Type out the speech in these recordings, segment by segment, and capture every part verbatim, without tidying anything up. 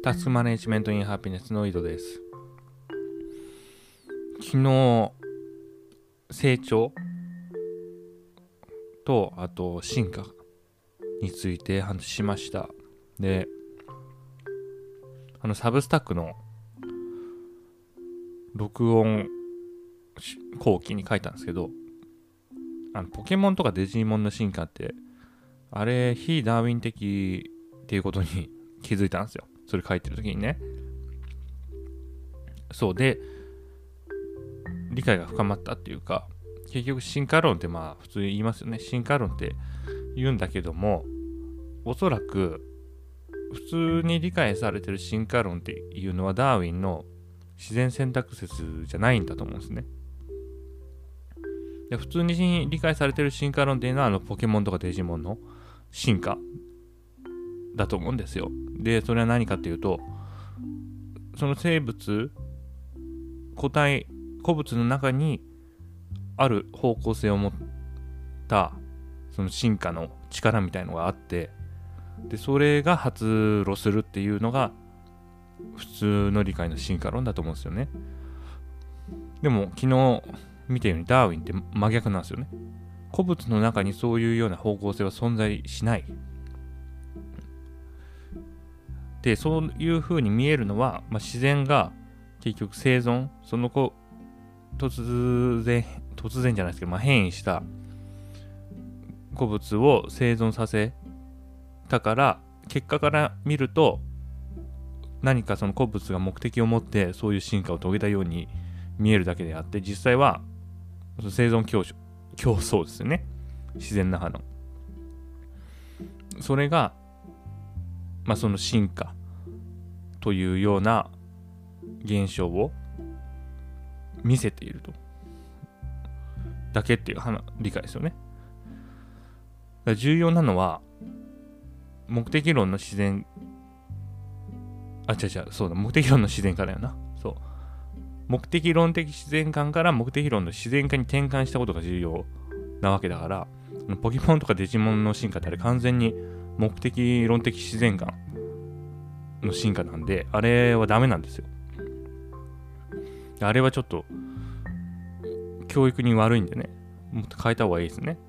タスクマネジメントインハピネスの井戸です。昨日成長とあと進化について話しました。で、あのサブスタックの録音後期に書いたんですけど、あのポケモンとかデジモンの進化ってあれ非ダーウィン的っていうことに気づいたんですよ。それ書いてる時にね。そうで理解が深まったっていうか、結局進化論ってまあ普通に言いますよね。進化論って言うんだけども、おそらく普通に理解されてる進化論っていうのはダーウィンの自然選択説じゃないんだと思うんですね。で普通に理解されてる進化論っていうのはあのポケモンとかデジモンの進化だと思うんですよ。でそれは何かっていうと、その生物個体古物の中にある方向性を持ったその進化の力みたいのがあって、でそれが発露するっていうのが普通の理解の進化論だと思うんですよね。でも昨日見たようにダーウィンって真逆なんですよね。古物の中にそういうような方向性は存在しない。でそういう風に見えるのは、まあ、自然が結局生存、その子突然突然じゃないですけど、まあ、変異した古物を生存させたから、結果から見ると何かその古物が目的を持ってそういう進化を遂げたように見えるだけであって、実際は生存競争、競争ですよね。自然の中のそれがまあその進化というような現象を見せているとだけっていう理解ですよね。だから重要なのは目的論の自然、あ、違う違う、そうだ、目的論の自然化だよな。そう。目的論的自然観から目的論の自然化に転換したことが重要なわけだから、ポケモンとかデジモンの進化ってあれ完全に目的論的自然観の進化なんで、あれはダメなんですよ。あれはちょっと教育に悪いんでね、もっと変えた方がいいですね。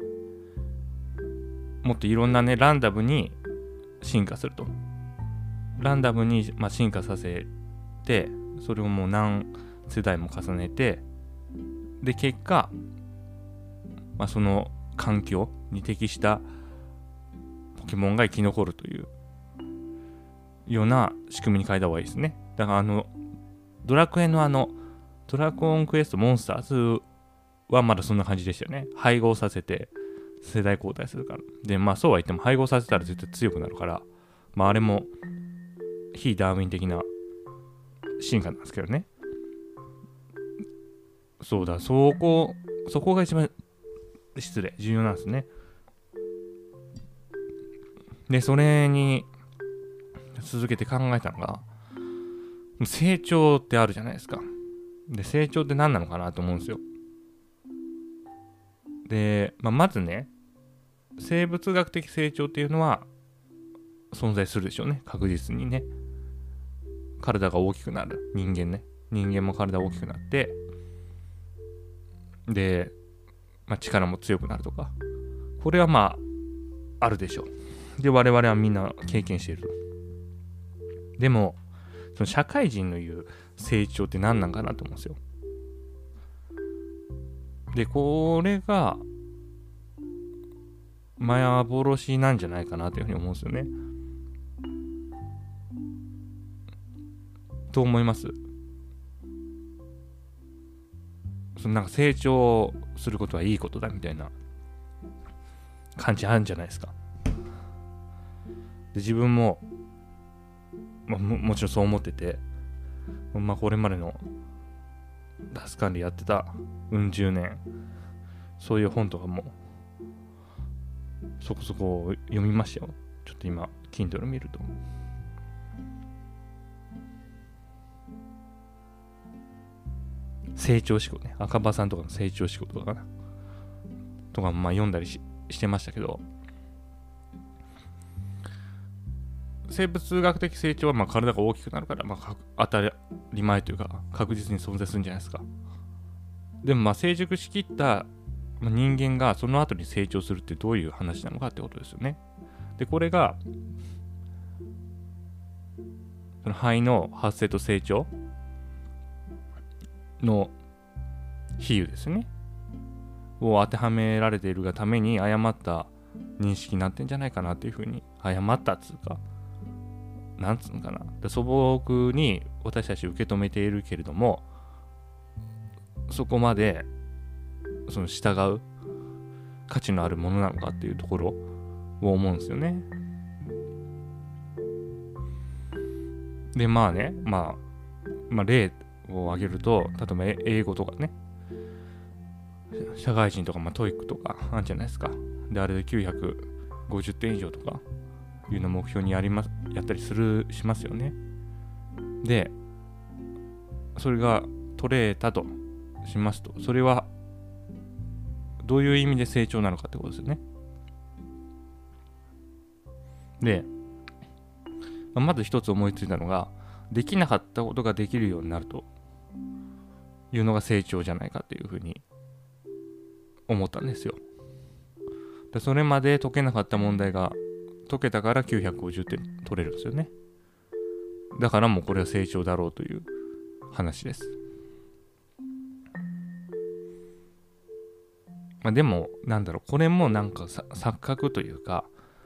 もっといろんなね、ランダムに進化すると。ランダムに、まあ、進化させて、それをもう何世代も重ねて、で、結果、まあ、その環境に適したポケモンが生き残るというような仕組みに変えた方がいいですね。だからあの、ドラクエのあの、ドラゴンクエストモンスターズはまだそんな感じでしたよね。配合させて世代交代するから。で、まあそうは言っても配合させたら絶対強くなるから、まああれも非ダーウィン的な進化なんですけどね。そうだ、そこ、そこが一番失礼、重要なんですね。で、それに続けて考えたのが、成長ってあるじゃないですか。で、成長って何なのかなと思うんですよ。で、まあ、まずね、生物学的成長っていうのは存在するでしょうね。確実にね。体が大きくなる。人間ね。人間も体大きくなって、で、まあ、力も強くなるとか。これはまあ、あるでしょう。で、我々はみんな経験していると。でも、その社会人の言う成長って何なんかなと思うんですよ。で、これが幻なんじゃないかなというふうに思うんですよね。どう思います？そのなんか成長することはいいことだみたいな感じあるんじゃないですか。で自分も、まあ、も, もちろんそう思ってて、まあ、これまでのタス管理やってたうん十年、そういう本とかもそこそこ読みましたよ。ちょっと今 Kindle 見ると成長思考ね、赤羽さんとかの成長思考とかかなとかもまあ読んだり し, してましたけど、 生物学的成長はまあ体が大きくなるから、まあ、当たり前というか確実に存在するんじゃないですか。でもまあ成熟しきった人間がその後に成長するってどういう話なのかってことですよね。でこれがその肺の発生と成長の比喩ですねを当てはめられているがために誤った認識になってんじゃないかなっていうふうに、誤ったっつうかなんつうのかな、で素朴に私たち受け止めているけれども、そこまでその従う価値のあるものなのかっていうところを思うんですよね。でまあね、まあ、まあ例を挙げると、例えば英語とかね、社会人とか、まあ、トイックとかあるんじゃないですか。であれできゅうひゃくごじゅってん以上とかいうのを目標にやりますやったりするしますよね。でそれが取れたとしますと、それはどういう意味で成長なのかってことですよね。でまず一つ思いついたのが、できなかったことができるようになるというのが成長じゃないかっていうふうに思ったんですよ。でそれまで解けなかった問題が解けたからきゅうひゃくごじゅってん取れるんですよね。だからもうこれは成長だろうという話です。まあ、でもなんだろう、これもなんか錯覚というか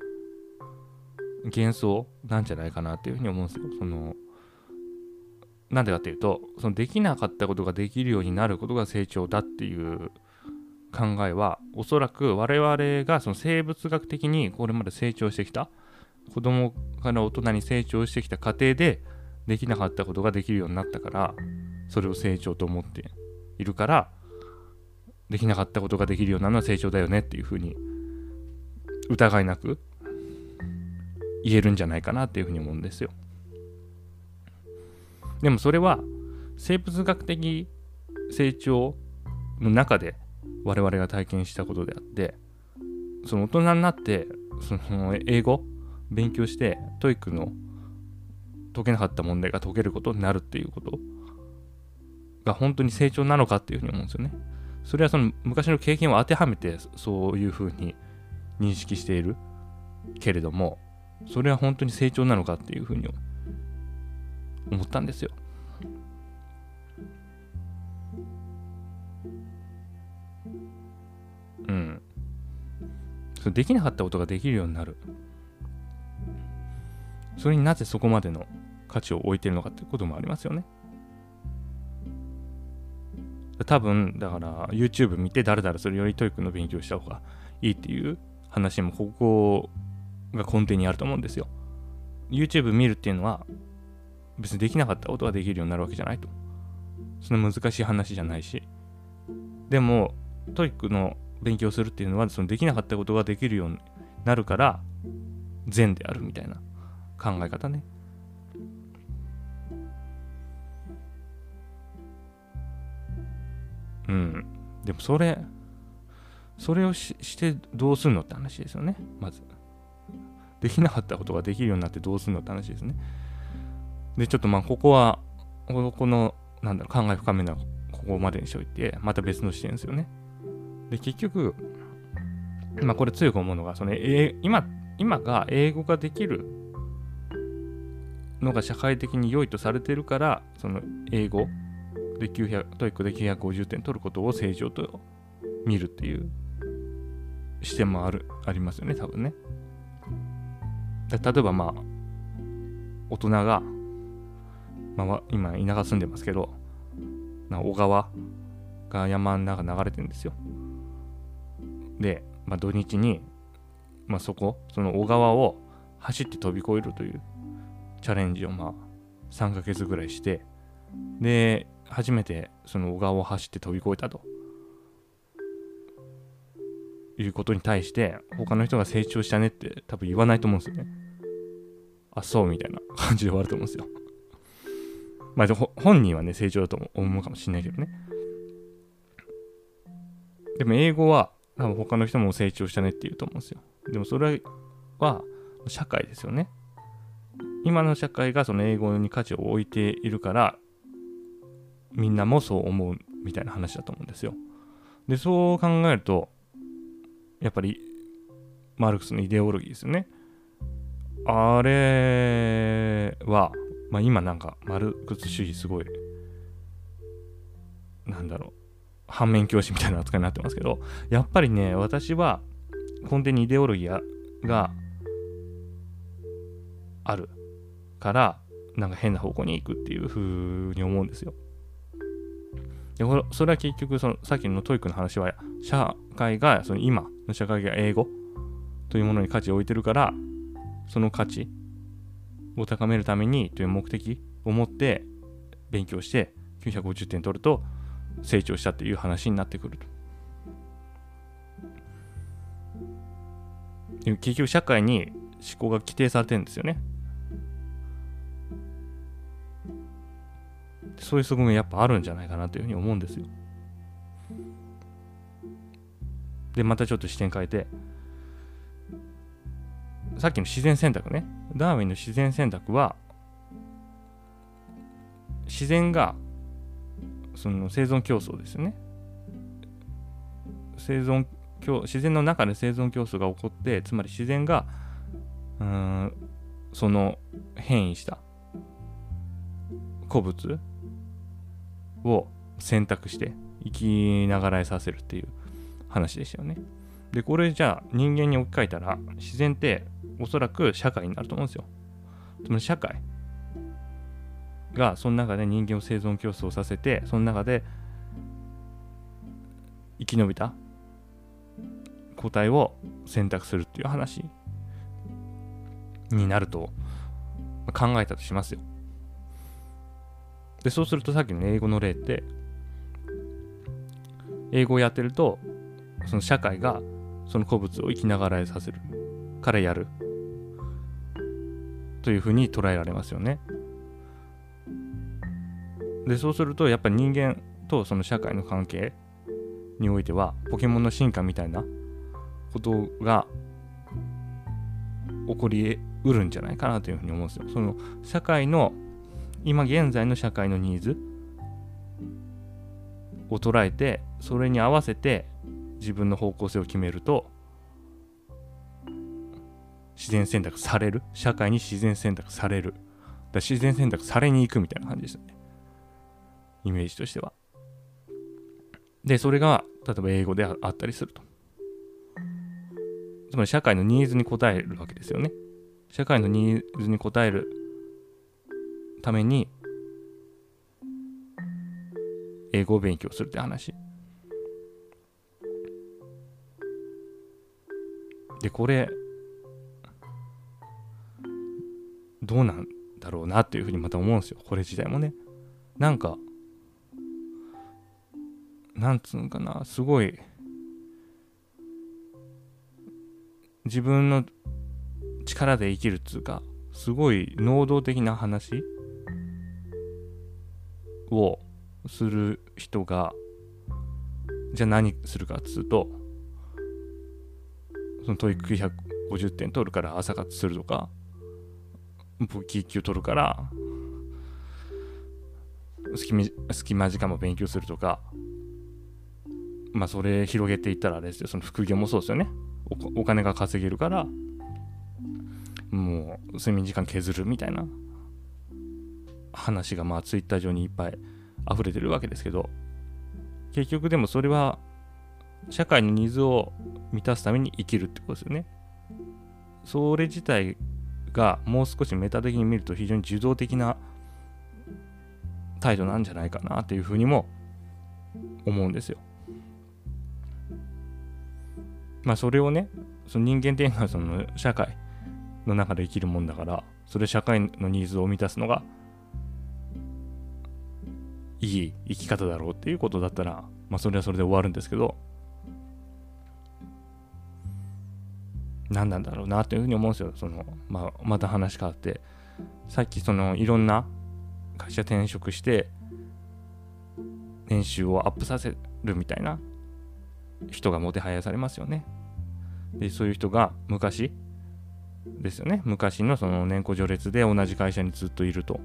幻想なんじゃないかなっていうふうに思うんですよ。そのなんでかっていうと、そのできなかったことができるようになることが成長だっていう考えは、おそらく我々がその生物学的にこれまで成長してきた、子供から大人に成長してきた過程でできなかったことができるようになったから、それを成長と思っているから、できなかったことができるようになるのは成長だよねっていうふうに疑いなく言えるんじゃないかなっていうふうに思うんですよ。でもそれは生物学的成長の中で我々が体験したことであって、その大人になってその英語勉強してトイックの解けなかった問題が解けることになるっていうことが本当に成長なのかっていうふうに思うんですよね。それはその昔の経験を当てはめてそういうふうに認識しているけれども、それは本当に成長なのかっていうふうに思ったんですよ。うん。それできなかったことができるようになる。それになぜそこまでの価値を置いているのかっていうこともありますよね。多分だから YouTube 見て誰々それよりトイックの勉強した方がいいっていう話もここが根底にあると思うんですよ。YouTube 見るっていうのは別にできなかったことができるようになるわけじゃないと。その難しい話じゃないし。でもトイックの勉強するっていうのはそのできなかったことができるようになるから善であるみたいな考え方ね。うん。でもそれそれを し, してどうするのって話ですよね。まずできなかったことができるようになってどうするのって話ですね。でちょっとまあここはここのなんだろう考え深めなここまでにしておいて、また別の視点ですよね。で結局まあこれ強く思うのが、そのえ今今が英語ができるのが社会的に良いとされているから、その英語できゅうひゃくトイックできゅうひゃくごじゅってん取ることを成長と見るっていう視点もあるありますよね、多分ね。例えばまあ大人が、まあ、今田舎住んでますけど、な小川が山の中流れてるんですよ。で、まあ、土日に、まあ、そこその小川を走って飛び越えるというチャレンジをまあさんかげつぐらいして、で初めてその小川を走って飛び越えたということに対して他の人が成長したねって多分言わないと思うんですよね。あ、そうみたいな感じで終わると思うんですよ。まあ本人はね成長だと思うかもしれないけどね。でも英語は多分他の人も成長したねって言うと思うんですよ。でもそれは社会ですよね。 今の社会がその英語に価値を置いているからみんなもそう思うみたいな話だと思うんですよ。でそう考えるとやっぱりマルクスのイデオロギーですよね。あれは、まあ、今なんかマルクス主義すごいなんだろう反面教師みたいな扱いになってますけど、やっぱりね私は根底にイデオロギーがあるからなんか変な方向に行くっていう風に思うんですよ。でそれは結局そのさっきのトイックの話は社会がその今の社会が英語というものに価値を置いてるからその価値を高めるためにという目的を持って勉強してきゅうひゃくごじゅってん取ると成長したっていう話になってくると。で結局社会に思考が規定されてるんですよね。そういう側面やっぱあるんじゃないかなというふうに思うんですよ。でまたちょっと視点変えてさっきの自然選択ね、ダーウィンの自然選択は自然がその生存競争ですよね。生存競自然の中で生存競争が起こって、つまり自然がうーんその変異した古物を選択して生きながらえさせるっていう話でしたよね。でこれじゃあ人間に置き換えたら自然っておそらく社会になると思うんですよ。つまり社会がその中で人間を生存競争させて、その中で生き延びた個体を選択するっていう話になると考えたとしますよ。でそうするとさっきの英語の例って英語をやってるとその社会がその古物を生きながらえさせるからやるというふうに捉えられますよね。でそうするとやっぱり人間とその社会の関係においてはポケモンの進化みたいなことが起こりうるんじゃないかなというふうに思うんですよ。その社会の今現在の社会のニーズを捉えてそれに合わせて自分の方向性を決めると自然選択される、社会に自然選択される、だ自然選択されに行くみたいな感じですよね、イメージとしては。でそれが例えば英語であったりすると、つまり社会のニーズに応えるわけですよね。社会のニーズに応えるために英語を勉強するって話で、これどうなんだろうなっていうふうにまた思うんですよ。これ自体もね、なんかなんつうのかな、すごい自分の力で生きるっつうか、すごい能動的な話をする人がじゃあ何するかっつうと、そのトイックきゅうひゃくごじゅってん取るから朝活するとか、簿記いっ級取るから隙間隙間時間も勉強するとか、まあそれ広げていったらあれですよ、その副業もそうですよね。 お, お金が稼げるからもう睡眠時間削るみたいな話がまあツイッター上にいっぱい溢れてるわけですけど、結局でもそれは社会のニーズを満たすために生きるってことですよね。それ自体がもう少しメタ的に見ると非常に受動的な態度なんじゃないかなっていうふうにも思うんですよ。まあそれをね、その人間っていうのはその社会の中で生きるもんだから、それ社会のニーズを満たすのがいい生き方だろうっていうことだったら、まあそれはそれで終わるんですけど、何なんだろうなというふうに思うんですよ。その、まあ、また話変わって、さっきそのいろんな会社転職して年収をアップさせるみたいな人がもてはやされますよね。でそういう人が昔ですよね。昔のその年功序列で同じ会社にずっといると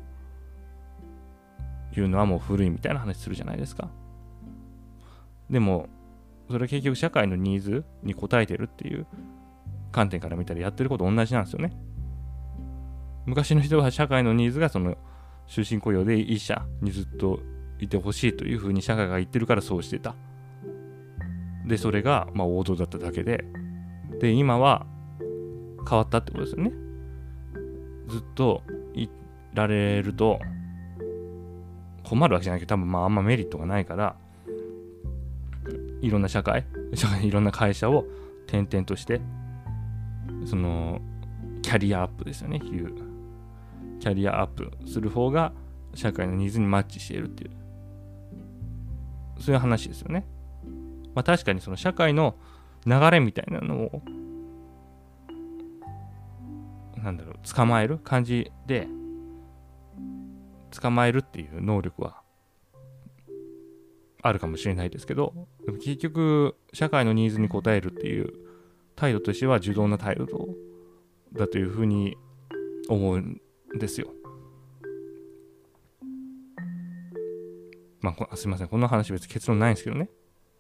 いうのはもう古いみたいな話するじゃないですか。でもそれは結局社会のニーズに応えてるっていう観点から見たらやってること同じなんですよね。昔の人は社会のニーズがその終身雇用で一社にずっといてほしいというふうに社会が言ってるからそうしてた。でそれがまあ王道だっただけで、で今は変わったってことですよね。ずっといられると困るわけじゃないけど、多分まああんまメリットがないから、いろんな社会いろんな会社を転々としてそのキャリアアップですよね。いうキャリアアップする方が社会のニーズにマッチしているっていう、そういう話ですよね。まあ確かにその社会の流れみたいなのをなんだろう捕まえる感じで捕まえるっていう能力はあるかもしれないですけど、でも結局社会のニーズに応えるっていう態度としては受動な態度だというふうに思うんですよ。まあすいません、この話別に結論ないんですけどね。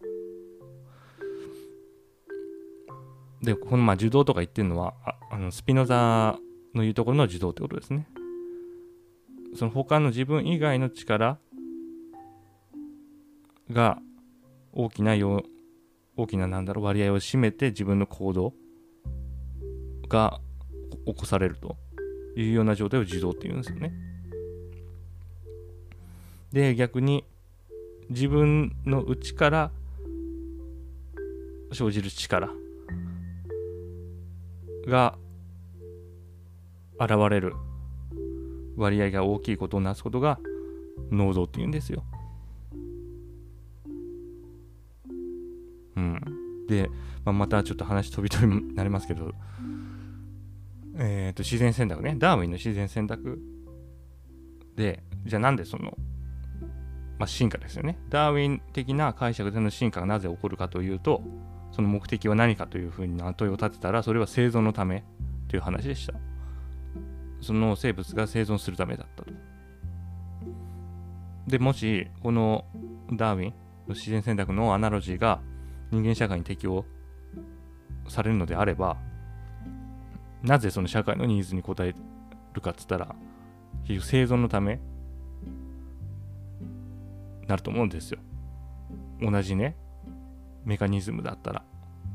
でこのまあ受動とか言ってるのは あ, あのスピノザの言うところの受動ってことですね。その他の自分以外の力が大きなよ大きななんだろう割合を占めて自分の行動が起こされるというような状態を受動っていうんですよね。で逆に自分の内から生じる力が現れる割合が大きいことをなすことが能動っていうんですよ。うん、で、まあ、またちょっと話飛び飛びになりますけど、えーと自然選択ね、ダーウィンの自然選択で、じゃあなんでその、まあ、進化ですよね。ダーウィン的な解釈での進化がなぜ起こるかというと、その目的は何かというふうに問いを立てたら、それは生存のためという話でした。その生物が生存するためだったと。でもしこのダーウィンの自然選択のアナロジーが人間社会に適用されるのであれば、なぜその社会のニーズに応えるかっつったら生存のためなると思うんですよ。同じねメカニズムだったら、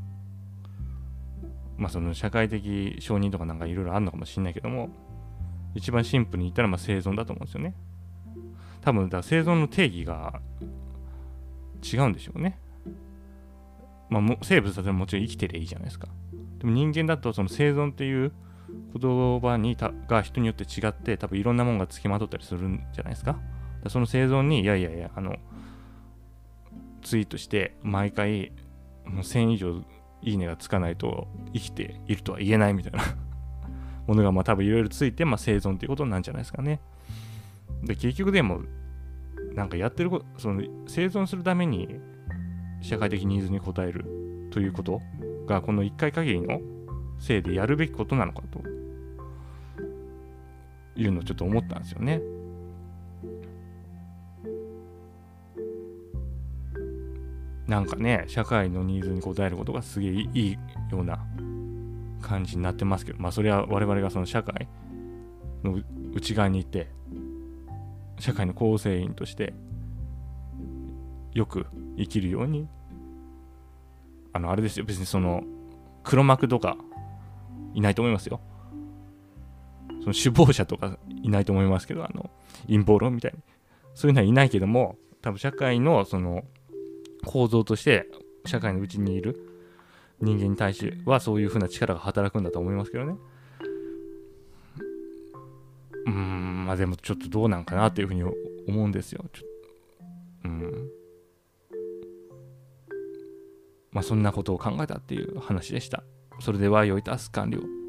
まあその社会的承認とかなんかいろいろあるのかもしれないけども、一番シンプルに言ったらまあ生存だと思うんですよね。多分だから生存の定義が違うんでしょうね。まあ生物だったらもちろん生きてりゃいいじゃないですか。でも人間だとその生存っていう言葉にたが人によって違って、多分いろんなものがつきまとったりするんじゃないですか。だその生存にいやいやいやあのツイートして毎回もうせん以上いいねがつかないと生きているとは言えないみたいなものがまあ多分いろいろついて、まあ、生存っていうことなんじゃないですかね。で結局でもなんかやってること、その生存するために社会的ニーズに応えるということがこのいっかい限りのせいでやるべきことなのかというのをちょっと思ったんですよね。なんかね社会のニーズに応えることがすげえいいような感じになってますけど、まあそれは我々がその社会の内側にいて社会の構成員としてよく生きるように、あのあれですよ、別にその黒幕とかいないと思いますよ。その首謀者とかいないと思いますけど、あの陰謀論みたいにそういうのはいないけども、多分社会のその構造として社会の内にいる人間に対してはそういう風な力が働くんだと思いますけどね。うーんまあでもちょっとどうなんかなっていう風に思うんですよ。ちょうんまあそんなことを考えたっていう話でした。それでは良いタス完了。